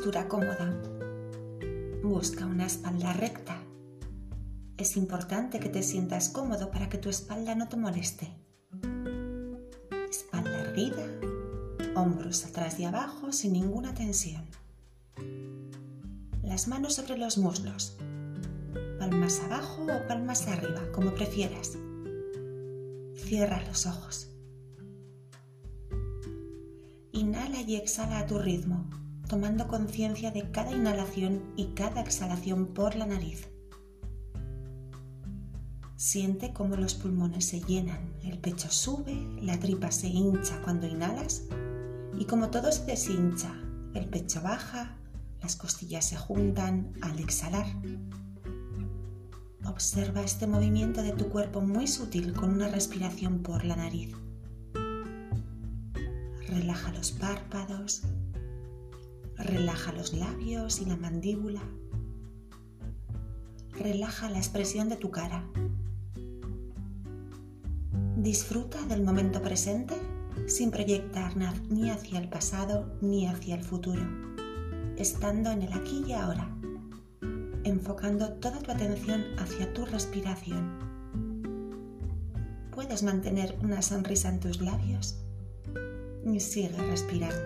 postura cómoda. Busca una espalda recta. Es importante que te sientas cómodo para que tu espalda no te moleste. Espalda erguida, hombros atrás y abajo sin ninguna tensión. Las manos sobre los muslos, palmas abajo o palmas arriba, como prefieras. Cierra los ojos. Inhala y exhala a tu ritmo, tomando conciencia de cada inhalación y cada exhalación por la nariz. Siente cómo los pulmones se llenan, el pecho sube, la tripa se hincha cuando inhalas y como todo se deshincha, el pecho baja, las costillas se juntan al exhalar. Observa este movimiento de tu cuerpo muy sutil con una respiración por la nariz. Relaja los párpados, relaja los labios y la mandíbula. Relaja la expresión de tu cara. Disfruta del momento presente sin proyectar ni hacia el pasado ni hacia el futuro, estando en el aquí y ahora, enfocando toda tu atención hacia tu respiración. Puedes mantener una sonrisa en tus labios y sigue respirando.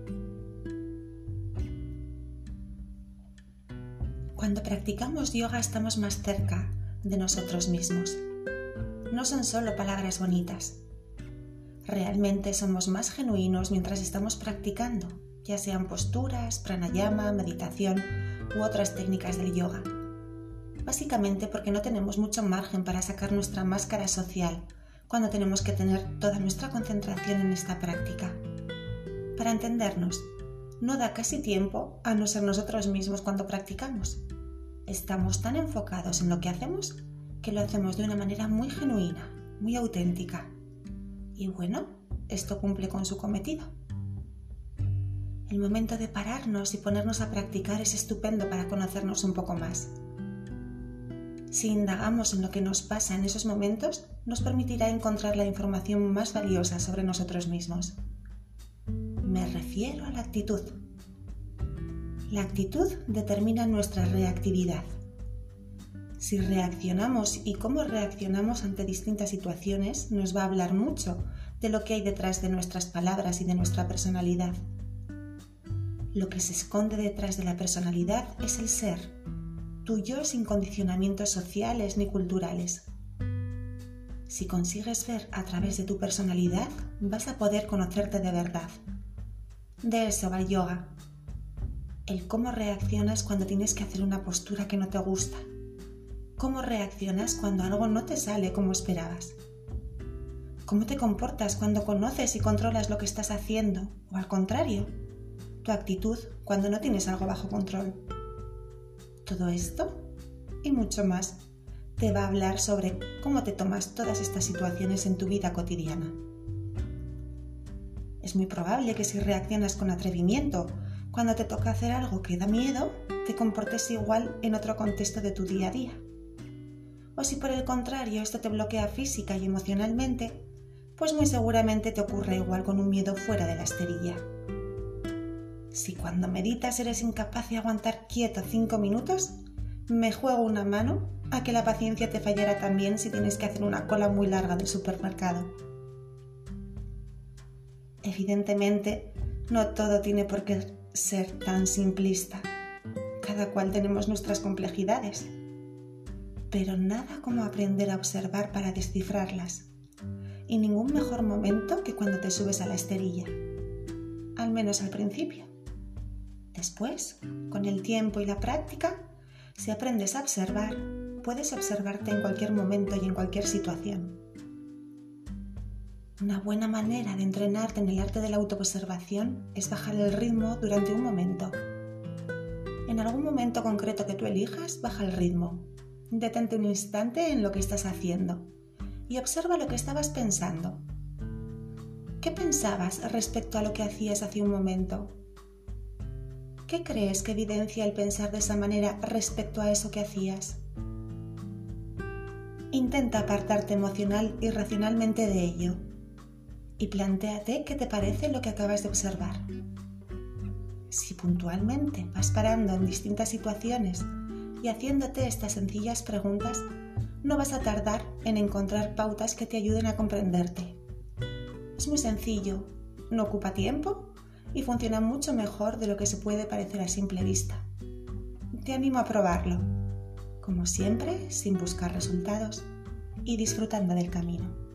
Cuando practicamos yoga estamos más cerca de nosotros mismos. No son solo palabras bonitas. Realmente somos más genuinos mientras estamos practicando, ya sean posturas, pranayama, meditación u otras técnicas del yoga. Básicamente porque no tenemos mucho margen para sacar nuestra máscara social cuando tenemos que tener toda nuestra concentración en esta práctica. Para entendernos, no da casi tiempo a no ser nosotros mismos cuando practicamos. Estamos tan enfocados en lo que hacemos que lo hacemos de una manera muy genuina, muy auténtica. Y bueno, esto cumple con su cometido. El momento de pararnos y ponernos a practicar es estupendo para conocernos un poco más. Si indagamos en lo que nos pasa en esos momentos, nos permitirá encontrar la información más valiosa sobre nosotros mismos. Me refiero a la actitud. La actitud determina nuestra reactividad. Si reaccionamos y cómo reaccionamos ante distintas situaciones, nos va a hablar mucho de lo que hay detrás de nuestras palabras y de nuestra personalidad. Lo que se esconde detrás de la personalidad es el ser, tuyo sin condicionamientos sociales ni culturales. Si consigues ver a través de tu personalidad, vas a poder conocerte de verdad. De eso va el yoga. El cómo reaccionas cuando tienes que hacer una postura que no te gusta. ¿Cómo reaccionas cuando algo no te sale como esperabas? ¿Cómo te comportas cuando conoces y controlas lo que estás haciendo? O al contrario, tu actitud cuando no tienes algo bajo control. Todo esto y mucho más te va a hablar sobre cómo te tomas todas estas situaciones en tu vida cotidiana. Es muy probable que si reaccionas con atrevimiento cuando te toca hacer algo que da miedo, te comportes igual en otro contexto de tu día a día. O si por el contrario esto te bloquea física y emocionalmente, pues muy seguramente te ocurre igual con un miedo fuera de la esterilla. Si cuando meditas eres incapaz de aguantar quieto 5 minutos, me juego una mano a que la paciencia te fallará también si tienes que hacer una cola muy larga del supermercado. Evidentemente, no todo tiene por qué ser tan simplista. Cada cual tenemos nuestras complejidades. Pero nada como aprender a observar para descifrarlas. Y ningún mejor momento que cuando te subes a la esterilla. Al menos al principio. Después, con el tiempo y la práctica, si aprendes a observar, puedes observarte en cualquier momento y en cualquier situación. Una buena manera de entrenarte en el arte de la autoobservación es bajar el ritmo durante un momento. En algún momento concreto que tú elijas, baja el ritmo. Detente un instante en lo que estás haciendo y observa lo que estabas pensando. ¿Qué pensabas respecto a lo que hacías hace un momento? ¿Qué crees que evidencia el pensar de esa manera respecto a eso que hacías? Intenta apartarte emocional y racionalmente de ello y plantéate qué te parece lo que acabas de observar. Si puntualmente vas parando en distintas situaciones y haciéndote estas sencillas preguntas, no vas a tardar en encontrar pautas que te ayuden a comprenderte. Es muy sencillo, no ocupa tiempo y funciona mucho mejor de lo que se puede parecer a simple vista. Te animo a probarlo, como siempre, sin buscar resultados y disfrutando del camino.